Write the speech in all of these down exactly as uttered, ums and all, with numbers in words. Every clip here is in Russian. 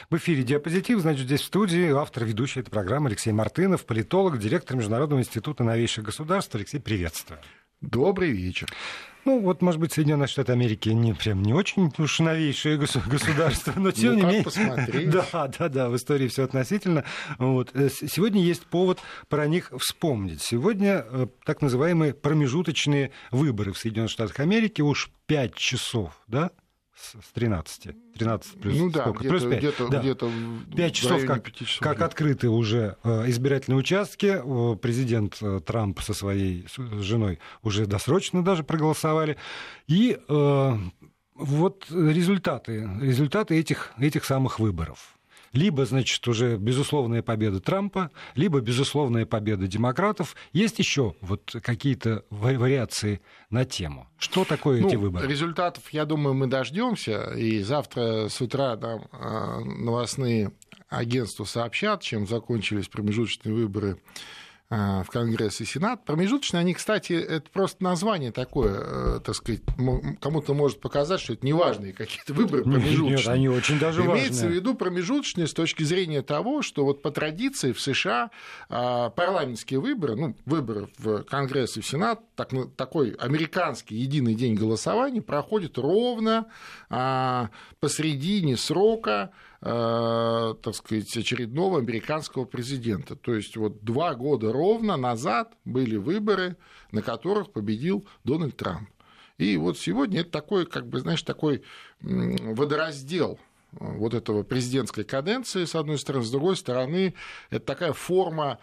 В эфире «Диапозитив», значит, здесь в студии автор, ведущий этой программы Алексей Мартынов, политолог, директор Международного института новейших государств. Алексей, приветствую. Добрый вечер. Ну, вот, может быть, Соединенные Штаты Америки не, прям не очень уж новейшее государство, но тем ну, не менее... посмотреть. Да, да, да, в истории все относительно. Вот. Сегодня есть повод про них вспомнить. Сегодня так называемые промежуточные выборы в Соединенных Штатах Америки. Уж пять часов, да? С тринадцати. тринадцать плюс ну, да, сколько? Где-то, плюс пять. Где-то, да. где-то пять часов, как, часов, как открыты уже избирательные участки. Президент Трамп со своей женой уже досрочно даже проголосовали. И э, вот результаты, результаты этих, этих самых выборов. Либо, значит, уже безусловная победа Трампа, либо безусловная победа демократов. Есть еще вот какие-то вариации на тему? Что такое ну, эти выборы? Результатов, я думаю, мы дождемся. И завтра с утра нам новостные агентства сообщат, чем закончились промежуточные выборы в Конгресс и Сенат. Промежуточные, они, кстати, это просто название такое, так сказать, кому-то может показать, что это неважные какие-то выборы промежуточные. Нет, они очень даже важные. Имеется в виду промежуточные с точки зрения того, что вот по традиции в США парламентские выборы, ну, выборы в Конгресс и в Сенат, так, такой американский единый день голосования проходит ровно посредине срока, так сказать, очередного американского президента. То есть вот два года ровно назад были выборы, на которых победил Дональд Трамп. И вот сегодня это такой, как бы, знаешь, такой водораздел вот этого президентской каденции, с одной стороны, с другой стороны, это такая форма,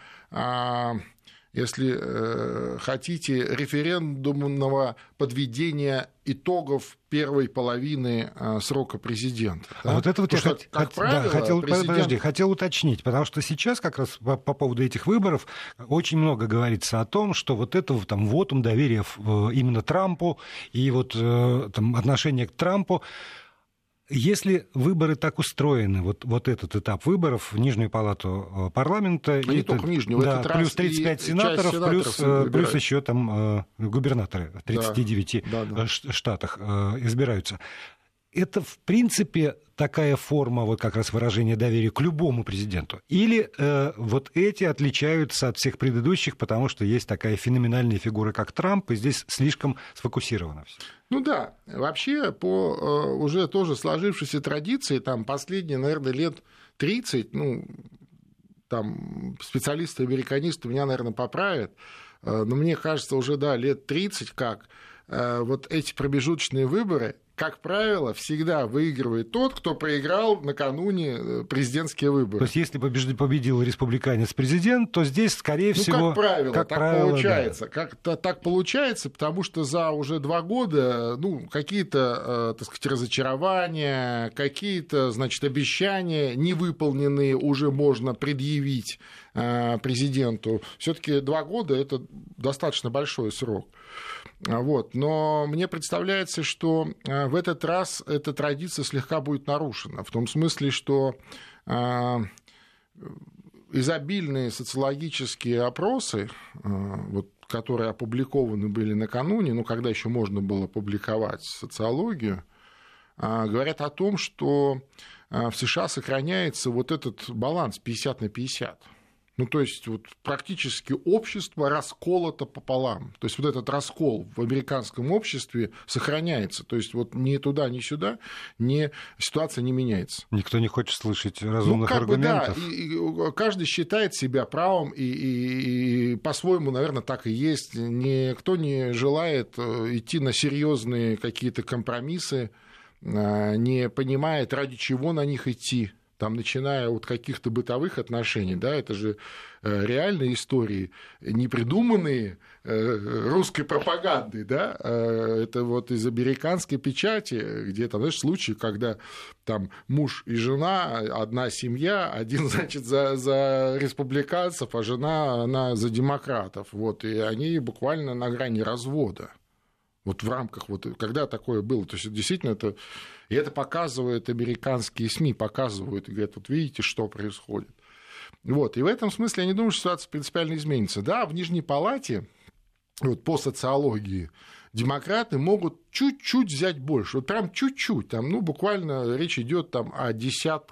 если хотите, референдумного подведения итогов первой половины срока президента. А да? Вот это вот Потому я что, хот... как правило, да, хотел, президент... подожди, хотел уточнить, потому что сейчас как раз по, по поводу этих выборов очень много говорится о том, что вот это там вотум доверия именно Трампу и вот там, отношение к Трампу. Если выборы так устроены, вот, вот этот этап выборов в Нижнюю палату парламента... А не это, только в Нижнюю, да, в этот плюс раз тридцать пять сенаторов, плюс, плюс еще там губернаторы в тридцати девяти да, да, да. штатах избираются. Это, в принципе, такая форма вот как раз выражения доверия к любому президенту? Или э, вот эти отличаются от всех предыдущих, потому что есть такая феноменальная фигура, как Трамп, и здесь слишком сфокусировано все? Ну да, вообще по э, уже тоже сложившейся традиции, там последние, наверное, лет тридцать, ну, там специалисты-американисты меня, наверное, поправят, э, но мне кажется, уже, да, лет тридцать как, э, вот эти промежуточные выборы, как правило, всегда выигрывает тот, кто проиграл накануне президентские выборы. То есть, если победил республиканец-президент, то здесь, скорее ну, всего... как правило, как так правило, получается. Да. Как-то так получается, потому что за уже два года ну, какие-то, так сказать, разочарования, какие-то, значит, обещания невыполненные уже можно предъявить президенту. Все-таки два года – это достаточно большой срок. Вот. Но мне представляется, что в этот раз эта традиция слегка будет нарушена, в том смысле, что изобильные социологические опросы, вот, которые опубликованы были накануне, ну, когда еще можно было публиковать социологию, говорят о том, что в США сохраняется вот этот баланс пятьдесят на пятьдесят. Ну, то есть, вот, практически общество расколото пополам. То есть, вот этот раскол в американском обществе сохраняется. То есть, вот ни туда, ни сюда ни, ситуация не меняется. Никто не хочет слышать разумных ну, как аргументов. Бы, да, и, и каждый считает себя правым, и, и, и по-своему, наверное, так и есть. Никто не желает идти на серьезные какие-то компромиссы, не понимает, ради чего на них идти. Там, начиная от каких-то бытовых отношений, да, это же реальные истории, не придуманные русской пропагандой, да, это вот из американской печати, где там, знаешь, случаи, когда там муж и жена, одна семья, один, значит, за, за республиканцев, а жена, она за демократов, вот, и они буквально на грани развода. Вот в рамках, вот, когда такое было, то есть действительно это, и это показывают американские СМИ, показывают и говорят, вот видите, что происходит. Вот, и в этом смысле я не думаю, что ситуация принципиально изменится. Да, в Нижней Палате, вот, по социологии, демократы могут чуть-чуть взять больше, вот прям чуть-чуть, там, ну, буквально речь идет там о десятке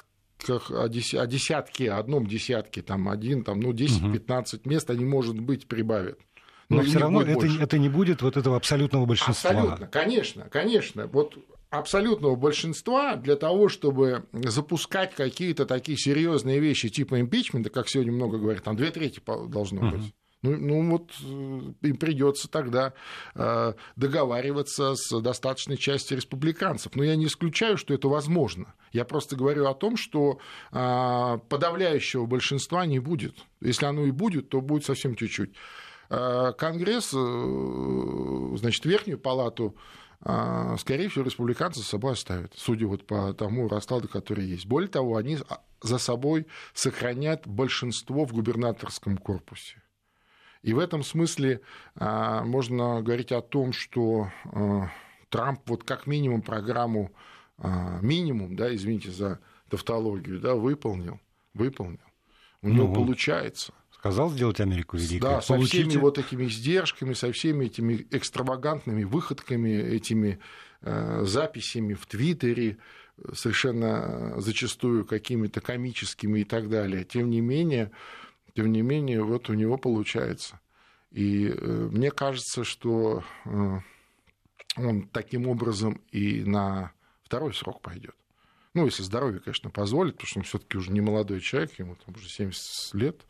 о десятке, одном десятке, там, один, там, ну, десять-пятнадцать мест они, может быть, прибавят. Но, Но все равно это, это не будет вот этого абсолютного большинства. Абсолютно, конечно, конечно. Вот абсолютного большинства для того, чтобы запускать какие-то такие серьезные вещи типа импичмента, как сегодня много говорят, там две трети должно uh-huh. быть. Ну, ну вот им придется тогда э, договариваться с достаточной частью республиканцев. Но я не исключаю, что это возможно. Я просто говорю о том, что э, подавляющего большинства не будет. Если оно и будет, то будет совсем чуть-чуть. Э, Конгресс, э, значит, Верхнюю палату, э, скорее всего, республиканцы с собой оставят, судя вот по тому раскладу, который есть. Более того, они за собой сохранят большинство в губернаторском корпусе. И в этом смысле а, можно говорить о том, что а, Трамп вот как минимум программу а, минимум, да, извините за тавтологию, да, выполнил, выполнил. У ну, него получается. Сказал сделать Америку великой. Да, со Получите. всеми вот этими издержками, со всеми этими экстравагантными выходками, этими а, записями в Твиттере, совершенно зачастую какими-то комическими и так далее. Тем не менее... Тем не менее, вот у него получается. И э, мне кажется, что э, он таким образом и на второй срок пойдет. Ну, если здоровье, конечно, позволит, потому что он все-таки уже не молодой человек, ему там уже семьдесят лет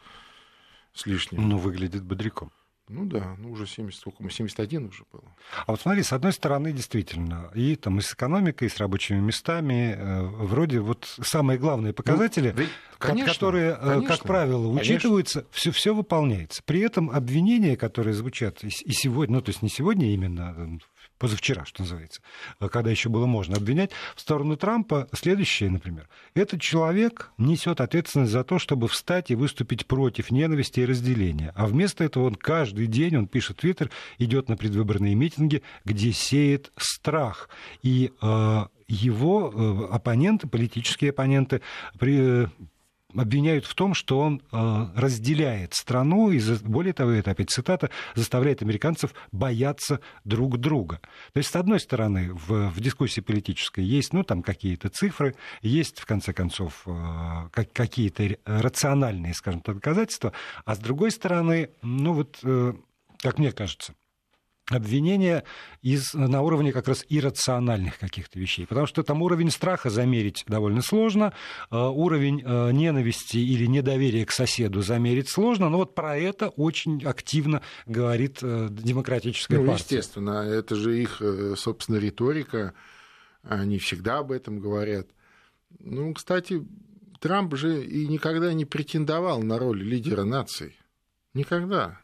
с лишним. Ну, выглядит бодряком. Ну да, ну уже семьдесят, сколько, семьдесят один уже было. А вот смотри, с одной стороны, действительно, и, там, и с экономикой, и с рабочими местами, э, вроде вот самые главные показатели, ну, ведь, конечно, которые, конечно, как правило, учитываются, все, все выполняется. При этом обвинения, которые звучат и, и сегодня, ну то есть не сегодня именно, позавчера, что называется, когда еще было можно обвинять, в сторону Трампа следующее, например. Этот человек несет ответственность за то, чтобы встать и выступить против ненависти и разделения. А вместо этого он каждый день, он пишет в Твиттер, идет на предвыборные митинги, где сеет страх. И э, его э, оппоненты, политические оппоненты, при... обвиняют в том, что он э, разделяет страну, и, более того, это опять цитата, заставляет американцев бояться друг друга. То есть, с одной стороны, в, в дискуссии политической есть, ну, там какие-то цифры, есть, в конце концов, э, как, какие-то рациональные, скажем так, доказательства, а с другой стороны, ну, вот, э, как мне кажется, обвинения из, на уровне как раз иррациональных каких-то вещей. Потому что там уровень страха замерить довольно сложно, уровень ненависти или недоверия к соседу замерить сложно, но вот про это очень активно говорит демократическая ну, партия. Естественно, это же их, собственно, риторика, они всегда об этом говорят. Ну, кстати, Трамп же и никогда не претендовал на роль лидера нации. Никогда.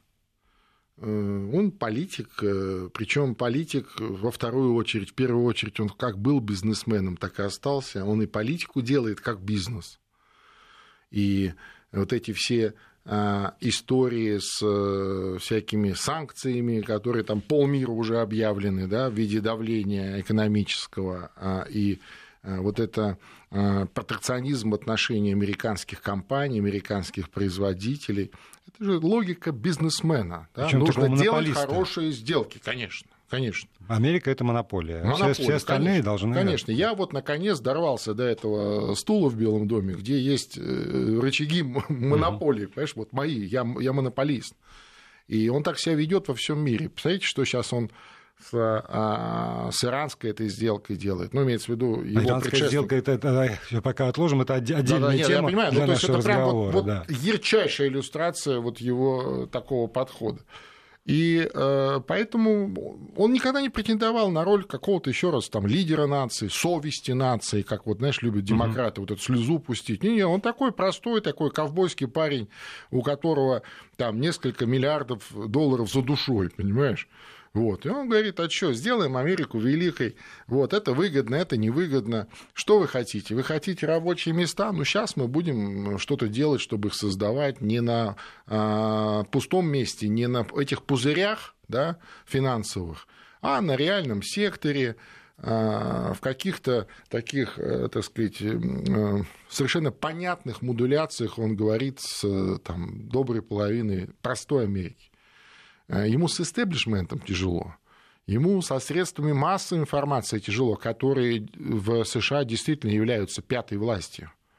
Он политик, причем политик во вторую очередь, в первую очередь он как был бизнесменом, так и остался, он и политику делает как бизнес. И вот эти все истории с всякими санкциями, которые там полмира уже объявлены, да, в виде давления экономического, и вот это протекционизм в отношении американских компаний, американских производителей, это же логика бизнесмена. Да? Нужно делать хорошие сделки, конечно. Конечно. Америка — это монополия. монополия все, все остальные конечно, должны... Конечно. Я вот, наконец, дорвался до этого стула в Белом доме, где есть рычаги монополии. Uh-huh. Понимаешь, вот мои, я, я монополист. И он так себя ведет во всем мире. Представляете, что сейчас он с, а, с иранской этой сделкой делает. Ну, имеется в виду его иранская сделка, это, это, пока отложим, это отдельная да, да, нет, тема я понимаю, для ну, нашего то есть это разговора. Прям вот, да. вот ярчайшая иллюстрация вот его такого подхода. И э, поэтому он никогда не претендовал на роль какого-то, еще раз, там, лидера нации, совести нации, как вот, знаешь, любят демократы, mm-hmm. вот эту слезу пустить. Не, не, он такой простой, такой ковбойский парень, у которого там несколько миллиардов долларов за душой, понимаешь? Вот. И он говорит, а что, сделаем Америку великой, вот, это выгодно, это невыгодно, что вы хотите? Вы хотите рабочие места? Ну, сейчас мы будем что-то делать, чтобы их создавать не на а, пустом месте, не на этих пузырях, да, финансовых, а на реальном секторе, а, в каких-то таких, так сказать, совершенно понятных модуляциях, он говорит, с там, доброй половиной простой Америки. Ему с истеблишментом тяжело, ему со средствами массовой информации тяжело, которые в США действительно являются пятой властью.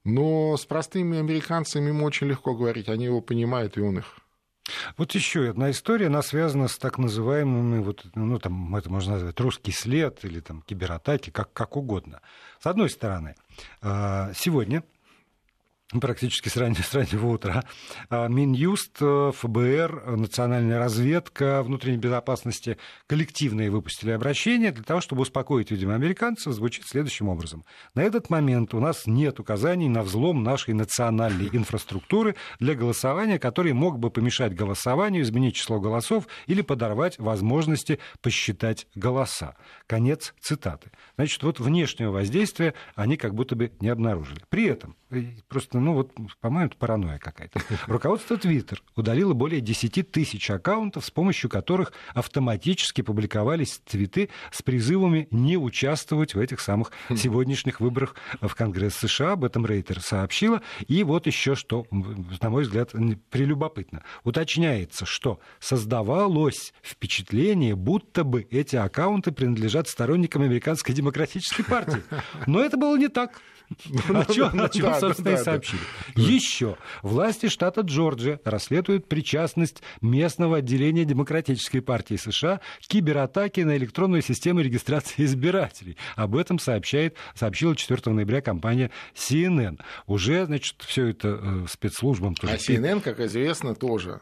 Но с простыми американцами ему очень легко говорить, они его понимают, и он их. Вот еще одна история, она связана с так называемыми, вот, ну, там, это можно назвать русский след или там, кибератаки, как, как угодно. С одной стороны, сегодня, практически с раннего, с раннего утра, Минюст, ФБР, Национальная разведка внутренней безопасности коллективные выпустили обращение для того, чтобы успокоить, видимо, американцев, звучит следующим образом. На этот момент у нас нет указаний на взлом нашей национальной инфраструктуры для голосования, который мог бы помешать голосованию, изменить число голосов или подорвать возможности посчитать голоса. Конец цитаты. Значит, вот внешнего воздействия они как будто бы не обнаружили. При этом, просто, ну вот, по-моему, это паранойя какая-то. Руководство Twitter удалило более десять тысяч аккаунтов, с помощью которых автоматически публиковались твиты с призывами не участвовать в этих самых сегодняшних выборах в Конгресс США. Об этом Рейтер сообщила. И вот еще что, на мой взгляд, прелюбопытно. Уточняется, что создавалось впечатление, будто бы эти аккаунты принадлежат сторонникам Американской демократической партии. Но это было не так. О чем, о чем, собственно, и сообщили. Еще власти штата Джорджия расследуют причастность местного отделения Демократической партии США к кибератаке на электронную систему регистрации избирателей. Об этом сообщает, сообщила четвёртого ноября компания си эн эн. Уже, значит, все это спецслужбам тоже. А си эн эн, как известно, тоже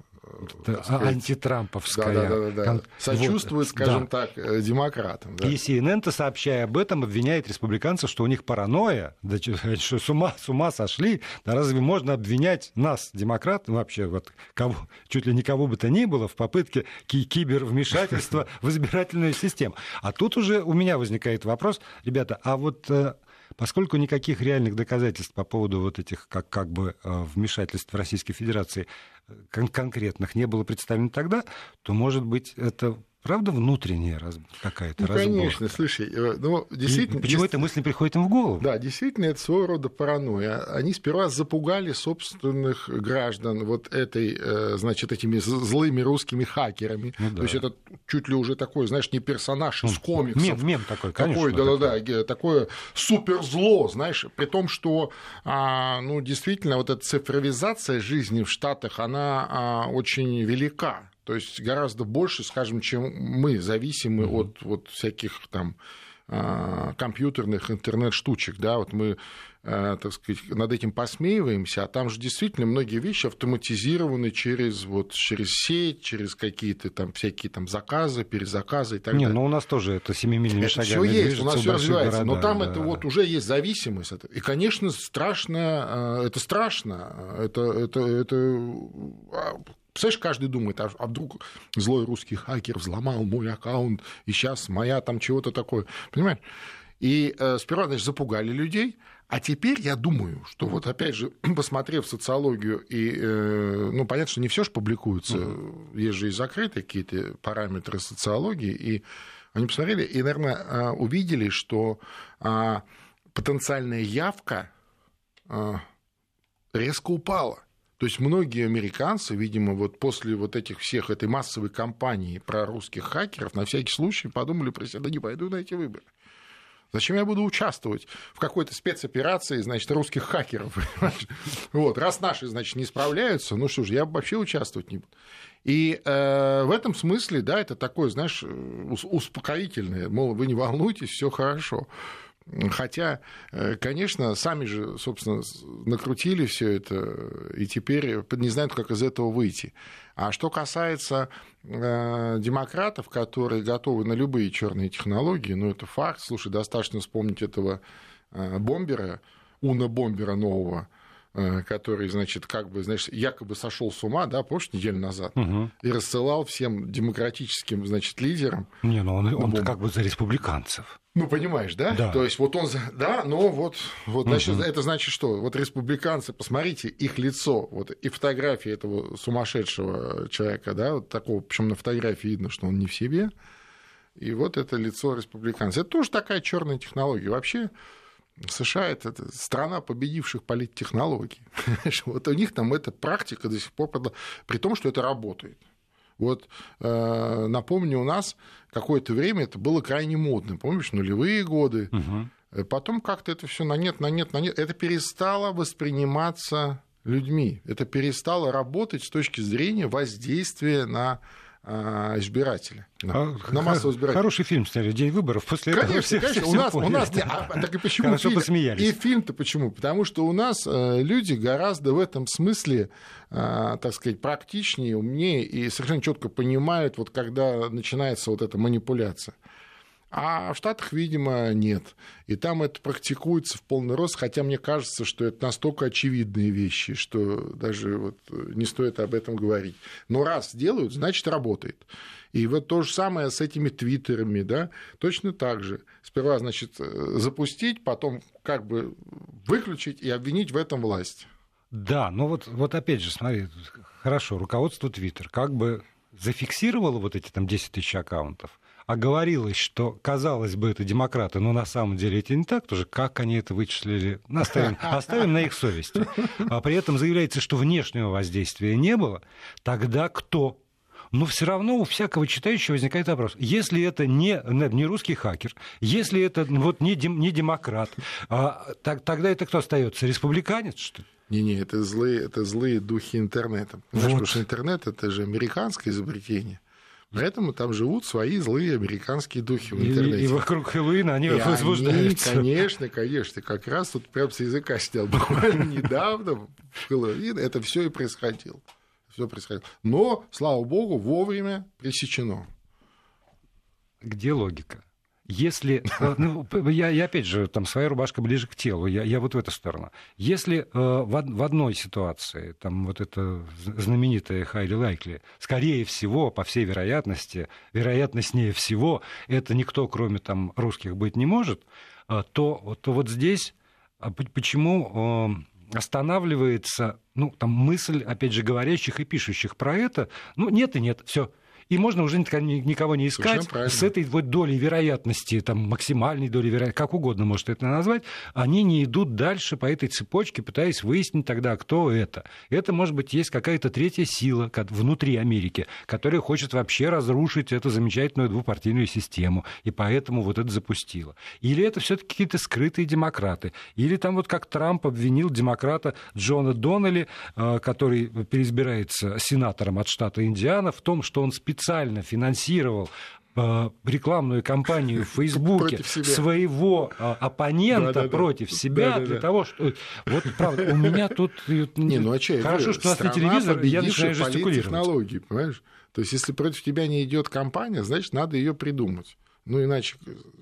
антитрамповская. Да, да, да, да. Сочувствует, вот, скажем да. так, демократам. Да. И си эн эн-то, сообщая об этом, обвиняет республиканцев, что у них паранойя, да, что с ума, с ума сошли. Да разве можно обвинять нас, демократов, вообще вот, кого, чуть ли никого бы то ни было, в попытке кибервмешательства в избирательную систему? А тут уже у меня возникает вопрос, ребята, а вот... Поскольку никаких реальных доказательств по поводу вот этих как, как бы вмешательств в Российской Федерации кон- конкретных не было представлено тогда, то, может быть, это правда внутренняя раз... какая-то ну, разборка? Конечно, слушай, ну, действительно... И почему дес... эта мысль не приходит им в голову? Да, действительно, это своего рода паранойя. Они сперва запугали собственных граждан вот этой, значит, этими злыми русскими хакерами. Ну, да. То есть это чуть ли уже такой, знаешь, не персонаж из комиксов. Мем, мем такой, конечно. Такой, да-да-да, такое суперзло, знаешь, при том, что, ну, действительно, вот эта цифровизация жизни в Штатах, она очень велика. То есть гораздо больше, скажем, чем мы, зависимы mm-hmm. от вот всяких там компьютерных интернет-штучек. Да? Вот мы, так сказать, над этим посмеиваемся, а там же действительно многие вещи автоматизированы через, вот, через сеть, через какие-то там всякие там заказы, перезаказы и так Не, далее. Ну, у нас тоже это семимильными это шагами все есть, у нас все развивается, города, но там да. это вот уже есть зависимость. И, конечно, страшно, это страшно, это, это, это... Представляешь, каждый думает, а, а вдруг злой русский хакер взломал мой аккаунт, и сейчас моя там чего-то такое. Понимаешь? И э, сперва, значит, запугали людей, а теперь я думаю, что вот опять же, посмотрев социологию, и, э, ну, понятно, что не все же публикуется, uh-huh. есть же и закрытые какие-то параметры социологии, и они посмотрели и, наверное, увидели, что э, потенциальная явка э, резко упала. То есть многие американцы, видимо, вот после вот этих всех, этой массовой кампании про русских хакеров, на всякий случай подумали про себя, да не пойду на эти выборы. Зачем я буду участвовать в какой-то спецоперации, значит, русских хакеров? Вот, раз наши, значит, не справляются, ну что ж, я вообще участвовать не буду. И э, в этом смысле, да, это такое, знаешь, успокоительное, мол, вы не волнуйтесь, все хорошо. Хотя, конечно, сами же, собственно, накрутили все это, и теперь не знают, как из этого выйти. А что касается демократов, которые готовы на любые черные технологии, ну, это факт. Слушай, достаточно вспомнить этого бомбера, Уна-бомбера нового, который, значит, как бы, знаешь, якобы сошел с ума, да, помнишь, неделю назад, угу. и рассылал всем демократическим, значит, лидерам. Не, ну он, он как бы за республиканцев. Ну, понимаешь, да? Да. То есть вот он, да, но вот, вот значит, угу. это значит что? Вот республиканцы, посмотрите, их лицо, вот и фотографии этого сумасшедшего человека, да, вот такого, причем на фотографии видно, что он не в себе, и вот это лицо республиканцев. Это тоже такая черная технология. Вообще США — это страна победивших политтехнологий. Вот у них там эта практика до сих пор, при том, что это работает. Вот э, напомню, у нас какое-то время это было крайне модно. Помнишь, нулевые годы, угу. Потом как-то это все на нет, на нет, на нет. Это перестало восприниматься людьми. Это перестало работать с точки зрения воздействия на избирателя, а, на массового избирателя. Хороший фильм сняли «День выборов». После конечно, этого все, конечно. все У нас, поняли. у нас а, так и почему Хорошо фильм? посмеялись. И фильм-то почему? Потому что у нас э, люди гораздо в этом смысле, э, так сказать, практичнее, умнее и совершенно четко понимают, вот когда начинается вот эта манипуляция. А в Штатах, видимо, нет. И там это практикуется в полный рост, хотя мне кажется, что это настолько очевидные вещи, что даже вот не стоит об этом говорить. Но раз делают, значит, работает. И вот то же самое с этими твиттерами, да, точно так же. Сперва, значит, запустить, потом как бы выключить и обвинить в этом власть. Да, но вот, вот опять же, смотри, хорошо, руководство Твиттер как бы зафиксировало вот эти там десять тысяч аккаунтов, а говорилось, что, казалось бы, это демократы, но на самом деле это не так, тоже как они это вычислили, оставим, оставим на их совести. А при этом заявляется, что внешнего воздействия не было, тогда кто? Но все равно у всякого читающего возникает вопрос. Если это не, не русский хакер, если это вот не, дем, не демократ, а, так, тогда это кто остается? Республиканец, что ли? Не-не, это злые, это злые духи интернета. Вот. Потому что интернет — это же американское изобретение. Поэтому там живут свои злые американские духи в интернете. И, и вокруг Хэллоуина они и возбуждаются. Они, конечно, конечно. Как раз тут прям с языка снял. Буквально недавно в Хэллоуин это все и происходило. Все происходило. Но, слава богу, вовремя пресечено. Где логика? Если, ну, я, я опять же, там своя рубашка ближе к телу, я, я вот в эту сторону. Если э, в, в одной ситуации, там вот это знаменитое highly likely, скорее всего, по всей вероятности, вероятностнее всего, это никто, кроме там русских, быть не может, э, то, то вот здесь почему э, останавливается, ну, там мысль, опять же, говорящих и пишущих про это, ну, нет и нет, все. И можно уже никого не искать с этой вот долей вероятности, там, максимальной долей вероятности, как угодно может это назвать, они не идут дальше по этой цепочке, пытаясь выяснить тогда, кто это. Это, может быть, есть какая-то третья сила внутри Америки, которая хочет вообще разрушить эту замечательную двупартийную систему, и поэтому вот это запустила. Или это все-таки какие-то скрытые демократы. Или там вот как Трамп обвинил демократа Джона Доннелли, который переизбирается сенатором от штата Индиана, в том, что он специально специально финансировал э, рекламную кампанию в Фейсбуке своего э, оппонента да, да, против да. себя да, да, для да. того, что... Вот, правда, у меня тут... Не, ну, а че, хорошо, что у нас на телевизор, я начинаю жестикулировать. Технологии, понимаешь? То есть, если против тебя не идет кампания, значит, надо ее придумать. Ну, иначе,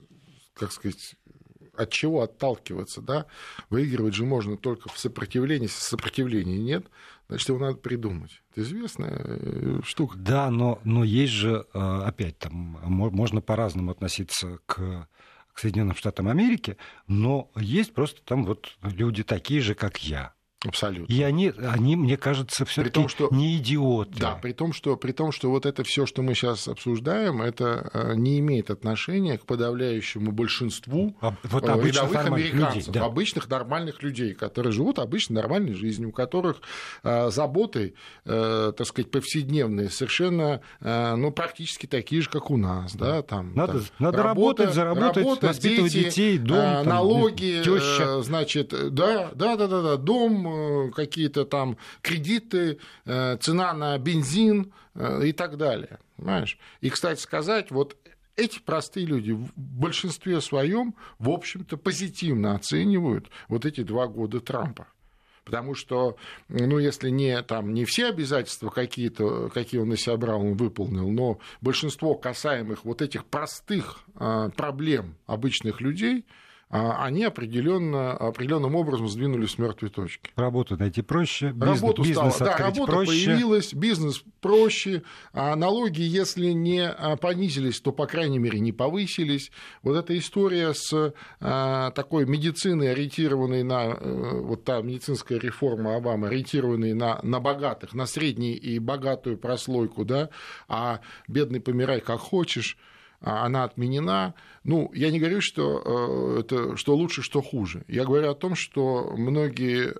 как сказать... От чего отталкиваться, да? Выигрывать же можно только в сопротивлении. Если сопротивления нет, значит, его надо придумать. Это известная штука. Да, но, но есть же, опять, там, можно по-разному относиться к, к Соединенным Штатам Америки, но есть просто там вот люди такие же, как я. Абсолютно. И они, они мне кажется, все-таки не идиоты. Да, при том, что, при том, что вот это все, что мы сейчас обсуждаем, это не имеет отношения к подавляющему большинству а, вот рядовых американцев, людей, да. обычных нормальных людей, которые живут обычной нормальной жизнью, у которых а, заботы, а, так сказать, повседневные, совершенно, а, ну, практически такие же, как у нас. Да, там, надо там, надо работа, работать, заработать, работа, воспитывать дети, детей, дом, а, там, налоги, теща. Значит, да, да, да, да, да, дом, какие-то там кредиты, цена на бензин и так далее. Понимаешь? И, кстати сказать, вот эти простые люди в большинстве своем, в общем-то, позитивно оценивают вот эти два года Трампа. Потому что, ну, если не, там, не все обязательства какие-то, какие он на себя брал, он выполнил, но большинство касаемых вот этих простых проблем обычных людей, они определенно, определенным образом сдвинулись с мертвой точки. Работу найти проще, бизнес, Работу бизнес стало, открыть да, работа проще. появилась, бизнес проще, а налоги, если не понизились, то, по крайней мере, не повысились. Вот эта история с а, такой медициной, ориентированной на, вот та медицинская реформа Обамы, ориентированной на, на богатых, на среднюю и богатую прослойку, да, а бедный помирай как хочешь, она отменена. Ну, я не говорю, что, это, что лучше, что хуже. Я говорю о том, что многие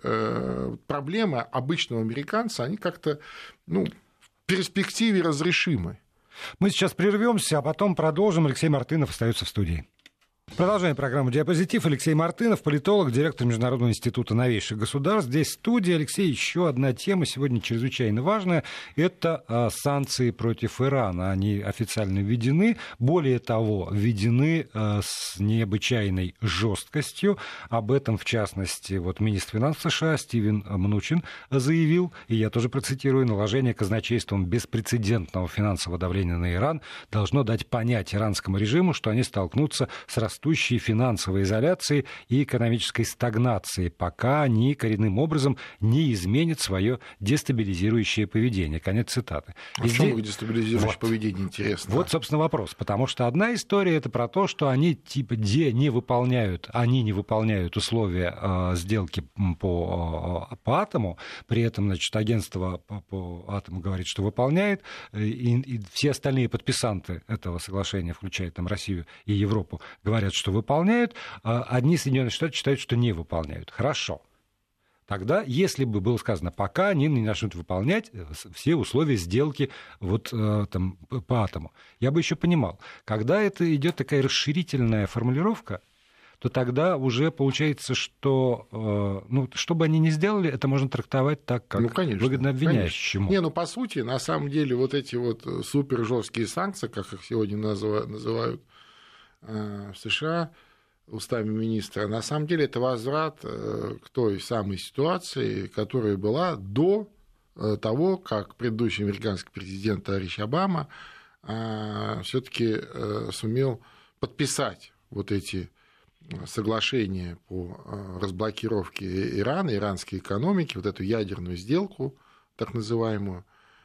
проблемы обычного американца, они как-то, ну, в перспективе разрешимы. Мы сейчас прервемся, а потом продолжим. Алексей Мартынов остается в студии. Продолжаем программу «Диапозитив». Алексей Мартынов, политолог, директор Международного института новейших государств. Здесь в студии. Алексей, еще одна тема сегодня чрезвычайно важная. Это а, санкции против Ирана. Они официально введены. Более того, введены а, с необычайной жесткостью. Об этом, в частности, вот министр финансов США Стивен Мнучин заявил, и я тоже процитирую: наложение казначейством беспрецедентного финансового давления на Иран должно дать понять иранскому режиму, что они столкнутся с растущей финансовой изоляцией и экономической стагнацией, пока они коренным образом не изменят свое дестабилизирующее поведение. Конец цитаты. А в чем их дестабилизирующее вот. поведение, интересно? Вот, собственно, вопрос. Потому что одна история — это про то, что они типа де не выполняют, они не выполняют условия э, сделки по, э, по атому, при этом, значит, агентство по, по атому говорит, что выполняет, и, и все остальные подписанты этого соглашения, включая там Россию и Европу, говорят, что выполняют, а одни Соединенные Штаты считают, что не выполняют. Хорошо. Тогда, если бы было сказано, пока они не начнут выполнять все условия сделки вот, там, по атому, я бы еще понимал. Когда это идет такая расширительная формулировка, то тогда уже получается, что, ну, что бы они ни сделали, это можно трактовать так, как ну, конечно, выгодно обвиняющему. Не, ну, по сути, на самом деле, вот эти вот супер жесткие санкции, как их сегодня называют в США устами министра, на самом деле это возврат к той самой ситуации, которая была до того, как предыдущий американский президент Барак Обама все-таки сумел подписать вот эти соглашения по разблокировке Ирана, иранской экономики, вот эту ядерную сделку, так называемую.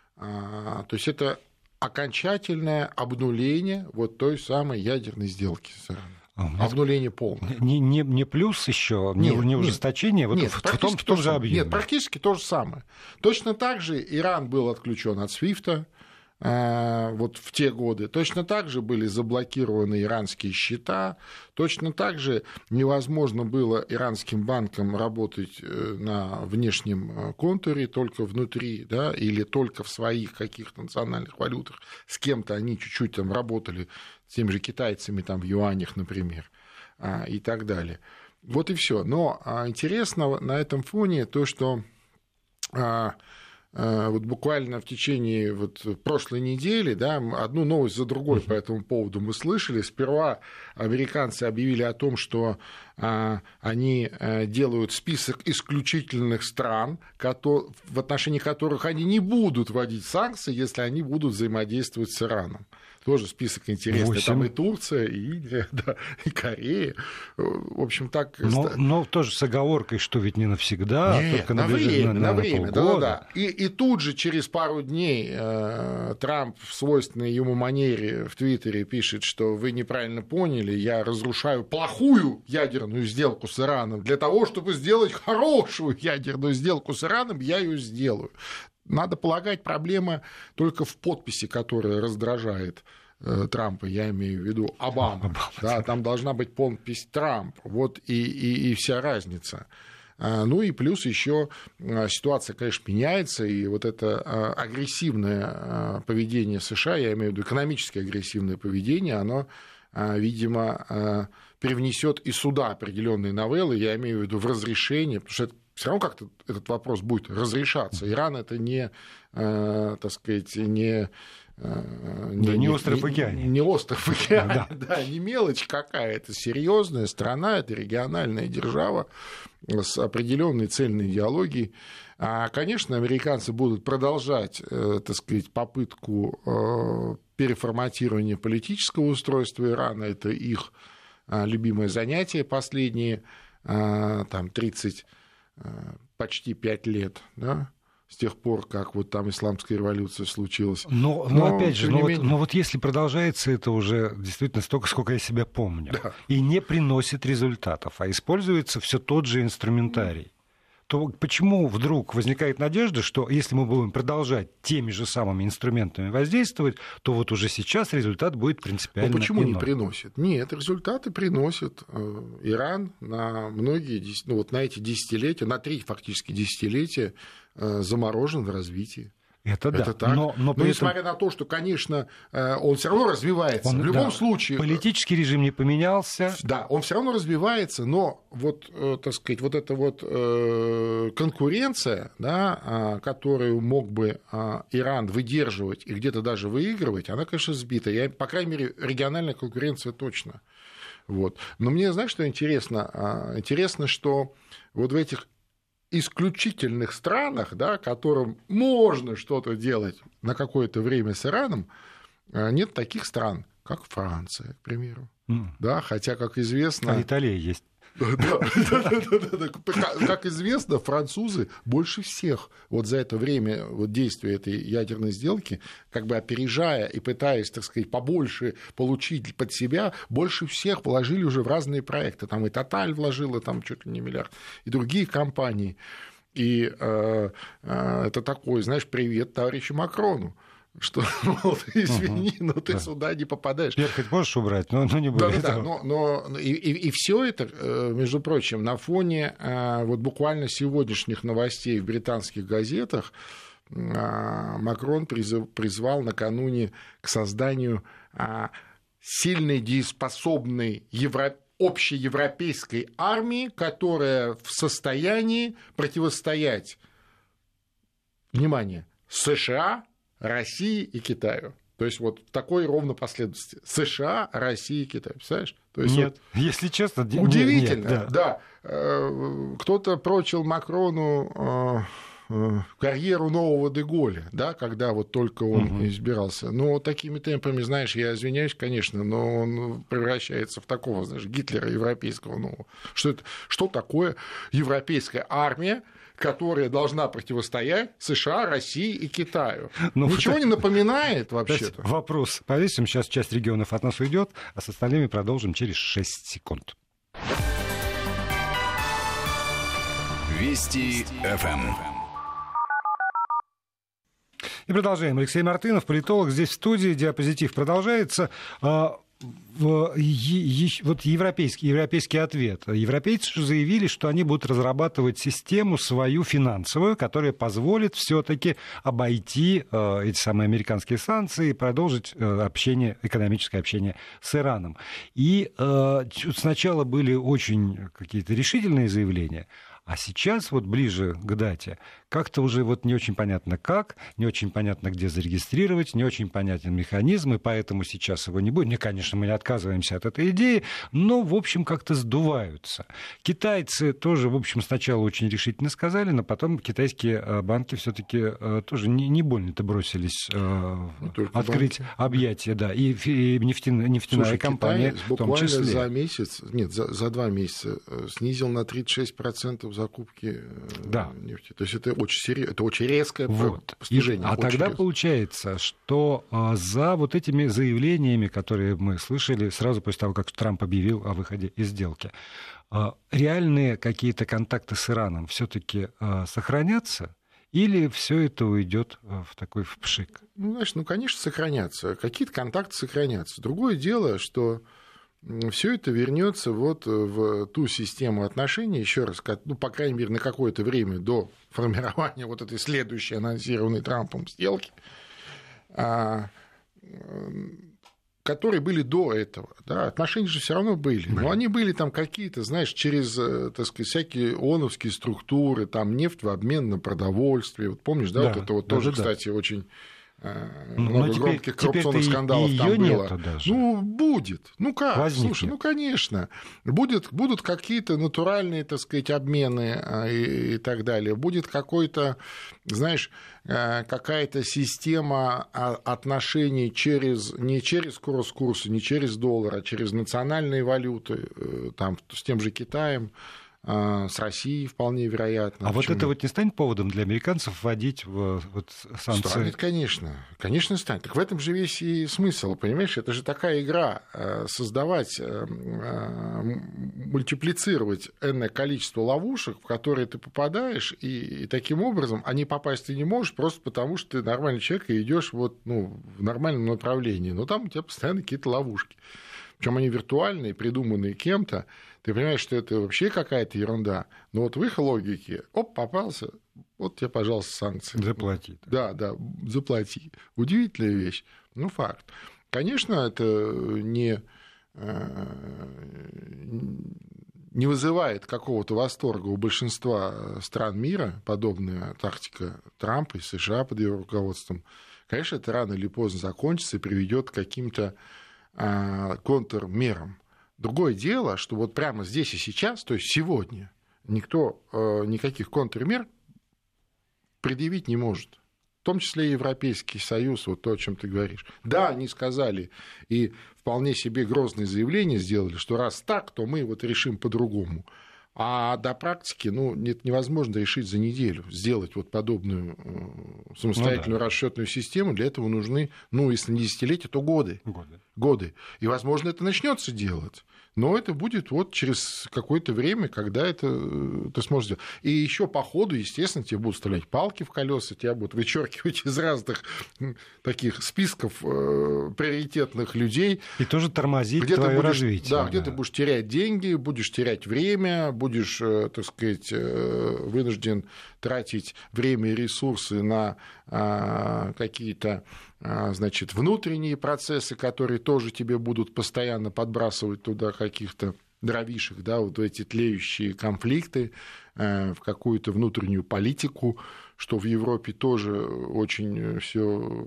То есть это окончательное обнуление вот той самой ядерной сделки с Ираном. Обнуление полное. Не, не, не плюс еще, не, не ужесточение, вот нет, в, в том, в том же объеме. Нет, практически то же самое. Точно так же Иран был отключен от свифта вот в те годы. Точно так же были заблокированы иранские счета, точно так же невозможно было иранским банкам работать на внешнем контуре, только внутри, да, или только в своих каких-то национальных валютах. С кем-то они чуть-чуть там работали, с теми же китайцами там, в юанях, например, и так далее. Вот и все. Но интересно на этом фоне то, что вот буквально в течение вот прошлой недели, да, одну новость за другой по этому поводу мы слышали. Сперва американцы объявили о том, что а, они делают список исключительных стран, которые, в отношении которых они не будут вводить санкции, если они будут взаимодействовать с Ираном. Тоже список интересный. восемь. Там и Турция, и Индия, да, и Корея. В общем, так... Но, но тоже с оговоркой, что ведь не навсегда, Нет, а только на, на время, на, на, на время, да-да-да. И, и тут же через пару дней э, Трамп в свойственной ему манере в Твиттере пишет, что вы неправильно поняли, я разрушаю плохую ядерную сделку с Ираном. Для того, чтобы сделать хорошую ядерную сделку с Ираном, я ее сделаю. Надо полагать, проблема только в подписи, которая раздражает Трампа, я имею в виду Обама. Обама. Да, там должна быть подпись Трамп. Вот и, и, и вся разница. Ну и плюс еще ситуация, конечно, меняется, и вот это агрессивное поведение США, я имею в виду экономически агрессивное поведение, оно, видимо, привнесет и сюда определенные новеллы, я имею в виду в разрешение, потому что это все равно как-то этот вопрос будет разрешаться. Иран — это не, э, так сказать, не... Э, не, да, не остров в океане. Не, не остров в океане, да. Да, не мелочь какая. Это серьезная страна, это региональная держава с определенной цельной идеологией. А, конечно, американцы будут продолжать, э, так сказать, попытку э, переформатирования политического устройства Ирана. Это их э, любимое занятие последние э, там, тридцать почти пять лет, да, с тех пор, как вот там исламская революция случилась. Но, но, но опять же, но, менее... вот, но вот если продолжается это уже действительно столько, сколько я себя помню, да. И не приносит результатов, а используется все тот же инструментарий, то почему вдруг возникает надежда, что если мы будем продолжать теми же самыми инструментами воздействовать, то вот уже сейчас результат будет принципиально иной? Ну почему не приносит? Нет, результаты приносит. Иран на многие, ну вот на эти десятилетия, на три фактически десятилетия заморожен в развитии. Это да. Это так. Но, но, но несмотря этом... на то, что, конечно, он все равно развивается. Он, в любом да, случае. Политический режим не поменялся. Да, он все равно развивается, но вот, так сказать, вот эта вот конкуренция, да, которую мог бы Иран выдерживать и где-то даже выигрывать, она, конечно, сбита. Я, по крайней мере, региональная конкуренция точно. Вот. Но мне, знаешь, что интересно? Интересно, что вот в этих исключительных странах, да, которым можно что-то делать на какое-то время с Ираном, нет таких стран, как Франция, к примеру. Mm. Да, хотя, как известно... А Италия есть. Как известно, французы больше всех вот за это время вот действия этой ядерной сделки, как бы опережая и пытаясь, так сказать, побольше получить под себя, больше всех вложили уже в разные проекты. Там и Total вложила, там чуть ли не миллиард, и другие компании. И э, э, это такой, знаешь, привет товарищу Макрону. Что, мол, ты извини, uh-huh. но ты да. сюда не попадаешь. Теперь хоть можешь убрать, но, но не будешь. Да, да, да, но, но и, и, и все это, между прочим, на фоне вот буквально сегодняшних новостей в британских газетах Макрон призыв, призвал накануне к созданию сильной, дееспособной евро, общеевропейской армии, которая в состоянии противостоять, внимание, США, России и Китаю. То есть вот такой ровно последовательности. США, Россия и Китай. Представляешь? То есть нет, вот если честно... Удивительно. Нет, да. Да. Кто-то прочил Макрону карьеру нового Де-Голля, да, когда вот только он угу. избирался. Но такими темпами, знаешь, я извиняюсь, конечно, но он превращается в такого, знаешь, Гитлера европейского нового. Что это? Что такое европейская армия, которая должна противостоять США, России и Китаю? Ну, ничего это... не напоминает вообще-то. Вопрос повесим, сейчас часть регионов от нас уйдет, а с остальными продолжим через шесть секунд. Вести эф эм. И продолжаем. Алексей Мартынов, политолог, здесь в студии. Диапозитив продолжается. Вот европейский, европейский ответ. Европейцы же заявили, что они будут разрабатывать систему свою финансовую, которая позволит все-таки обойти эти самые американские санкции и продолжить общение, экономическое общение с Ираном. И сначала были очень какие-то решительные заявления, а сейчас, вот ближе к дате, как-то уже вот не очень понятно как, не очень понятно, где зарегистрировать, не очень понятен механизм, и поэтому сейчас его не будет. Не, конечно, мы не отказываемся от этой идеи, но, в общем, как-то сдуваются. Китайцы тоже, в общем, сначала очень решительно сказали, но потом китайские банки все-таки тоже не, не больно-то бросились открыть банки. Объятия, да, и, и нефтяная, нефтяная Слушай, компания Китай в том числе. За месяц, нет, за, за два месяца снизил на тридцать шесть процентов закупки да. нефти. То есть это очень, серьез... это очень резкое вот. снижение. А тогда резкое. Получается, что за вот этими заявлениями, которые мы слышали сразу после того, как Трамп объявил о выходе из сделки, реальные какие-то контакты с Ираном все-таки сохранятся? Или все это уйдет в такой впшик? Ну, знаешь, ну, конечно, сохранятся. Какие-то контакты сохранятся. Другое дело, что все это вернется вот в ту систему отношений, еще раз, ну, по крайней мере, на какое-то время до формирования вот этой следующей анонсированной Трампом сделки, которые были до этого. Да, отношения же все равно были. Но они были там какие-то, знаешь, через, так сказать, всякие ООНовские структуры, там нефть в обмен на продовольствие. Вот помнишь, да, да вот это вот да, тоже, да, кстати, да. очень... Много теперь, громких коррупционных скандалов там было. Ну, будет. Ну как? Возникнет. Слушай, ну, конечно. Будет, будут какие-то натуральные, так сказать, обмены и, и так далее. Будет какой-то, знаешь, какая-то система отношений через, не через курс курса, не через доллар, а через национальные валюты, там, с тем же Китаем, с Россией вполне вероятно. А Почему? Вот это вот не станет поводом для американцев вводить в, вот, санкции? Станет, конечно. Конечно, станет. Так в этом же весь и смысл, понимаешь? Это же такая игра создавать, мультиплицировать энное количество ловушек, в которые ты попадаешь, и, и таким образом, а не попасть ты не можешь просто потому, что ты нормальный человек и идешь вот, ну, в нормальном направлении. Но там у тебя постоянно какие-то ловушки. Причем они виртуальные, придуманные кем-то. Ты понимаешь, что это вообще какая-то ерунда. Но вот в их логике, оп, попался, Вот тебе, пожалуйста, санкции. Заплати. Да, да, заплати. Удивительная вещь. Ну, факт. Конечно, это не, не вызывает какого-то восторга у большинства стран мира, подобная тактика Трампа и США под его руководством. Конечно, это рано или поздно закончится и приведет к каким-то контрмерам. Другое дело, что вот прямо здесь и сейчас, то есть сегодня, никто никаких контрмер предъявить не может. В том числе и Европейский Союз, вот то, о чем ты говоришь. Да, они сказали и вполне себе грозные заявления сделали, что раз так, то мы вот решим по-другому. А до практики, ну, это невозможно решить за неделю, сделать вот подобную самостоятельную ну, да. расчетную систему. Для этого нужны, ну, если не десятилетия, то годы. Годы. годы. И, возможно, это начнется делать. Но это будет вот через какое-то время, когда это ты сможешь сделать. И еще по ходу, естественно, тебе будут вставлять палки в колеса, тебя будут вычеркивать из разных таких списков приоритетных людей. И тоже тормозить где твое будешь, развитие. Да, да, где ты будешь терять деньги, будешь терять время, будешь, так сказать, вынужден тратить время и ресурсы на какие-то, значит, внутренние процессы, которые тоже тебе будут постоянно подбрасывать туда каких-то дровишек, да, вот эти тлеющие конфликты, в какую-то внутреннюю политику, что в Европе тоже очень все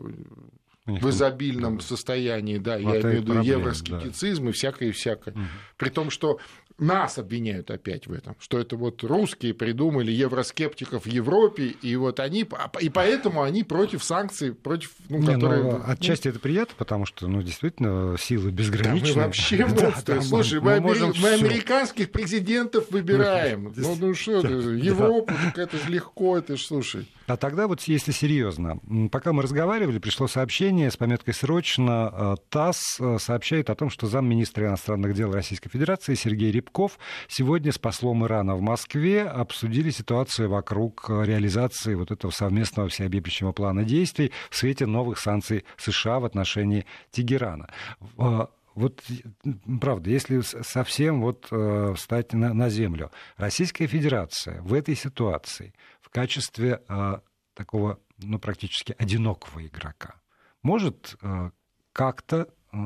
в изобильном да. состоянии, да, Хватает я имею в виду проблем, евроскептицизм да. и всякое-всякое. Угу. При том, что нас обвиняют опять в этом, что это вот русские придумали евроскептиков в Европе, и вот они, и поэтому они против санкций, против, ну, Не, которые... Ну, отчасти это приятно, потому что, ну, действительно, силы безграничны. Да, мы вообще монстры. Да, Слушай, мы, мы, амери... мы американских президентов выбираем. Ну, ну что ты, Европу, так это же легко, это ж, слушай. А тогда вот, если серьезно, пока мы разговаривали, пришло сообщение с пометкой «Срочно». ТАСС сообщает о том, что замминистра иностранных дел Российской Федерации Сергей Рябков сегодня с послом Ирана в Москве обсудили ситуацию вокруг реализации вот этого совместного всеобъемлющего плана действий в свете новых санкций США в отношении Тегерана. Вот, правда, если совсем вот встать на, на землю, Российская Федерация в этой ситуации в качестве э, такого, ну, практически одинокого игрока может э, как-то э,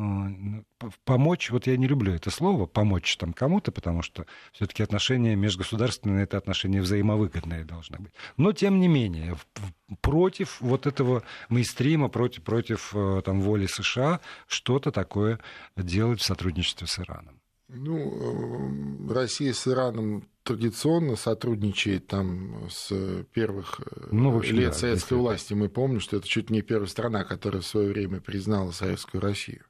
помочь, вот я не люблю это слово, помочь там кому-то, потому что все-таки отношения межгосударственные, это отношения взаимовыгодные должны быть. Но, тем не менее, против вот этого мейнстрима, против, против там, воли США что-то такое делать в сотрудничестве с Ираном. Ну, Россия с Ираном традиционно сотрудничает там с первых ну, общем, лет да, советской это... власти. Мы помним, что это чуть не первая страна, которая в свое время признала Советскую Россию.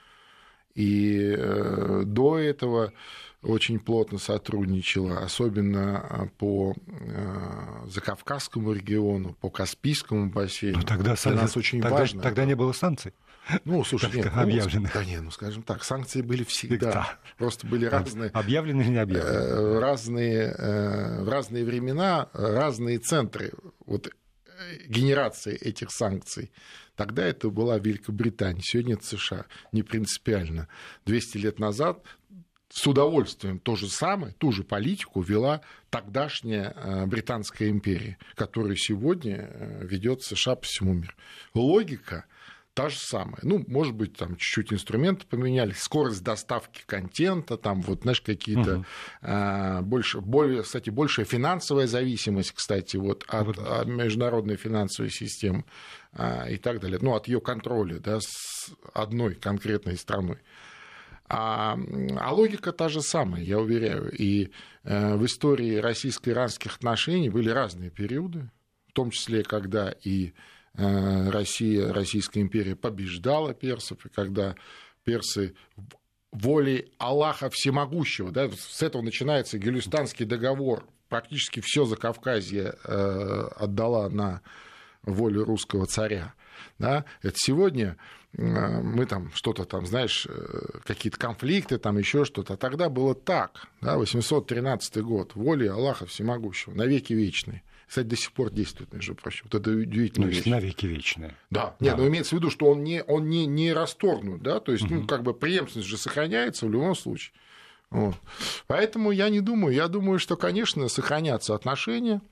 И э, до этого очень плотно сотрудничала, особенно по э, Закавказскому региону, по Каспийскому бассейну. Но тогда для нас очень тогда, важно. Тогда не было санкций. Ну, слушай, нет, объявленных. Ну, да нет, ну, скажем так, санкции были всегда. Да. Просто были разные... Объявленные или не объявленные? Разные, в разные времена, разные центры вот, генерации этих санкций. Тогда это была Великобритания, сегодня это США. Не принципиально. двести лет назад с удовольствием то же самое, ту же политику вела тогдашняя Британская империя, которую сегодня ведет США по всему миру. Логика та же самая. Ну, может быть, там чуть-чуть инструменты поменялись, скорость доставки контента, там вот, знаешь, какие-то угу. а, больше, более, кстати, большая финансовая зависимость, кстати, вот от, вот. от международной финансовой системы а, и так далее, ну, от ее контроля, да, с одной конкретной страной. А, а логика та же самая, я уверяю. И э, в истории российско-иранских отношений были разные периоды, в том числе, когда и Россия, Российская империя побеждала персов, и когда персы волей Аллаха Всемогущего, да, с этого начинается Гюлистанский договор, практически все Закавказье отдала на волю русского царя. Да, это сегодня мы там что-то там, знаешь, какие-то конфликты, там еще что-то. А тогда было так, да, восемьсот тринадцатый год, волей Аллаха Всемогущего, навеки вечные. Кстати, до сих пор действует, между прочим. Вот это удивительная ну, вещь. Навеки вечные. Да. да. Нет, но имеется в виду, что он не, он не, не расторгнут, да, то есть, угу. ну, как бы преемственность же сохраняется в любом случае. Вот. Поэтому я не думаю, я думаю, что, конечно, сохранятся отношения.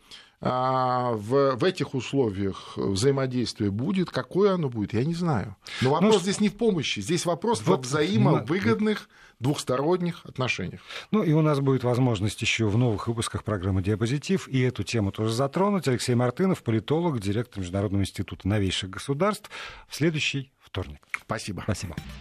в, в этих условиях взаимодействие будет. Какое оно будет, я не знаю. Но вопрос ну, здесь не в помощи, здесь вопрос вот, во взаимовыгодных двухсторонних отношениях. Ну и у нас будет возможность еще в новых выпусках программы «Диапозитив» и эту тему тоже затронуть. Алексей Мартынов, политолог, директор Международного института новейших государств. В следующий вторник. Спасибо. Спасибо.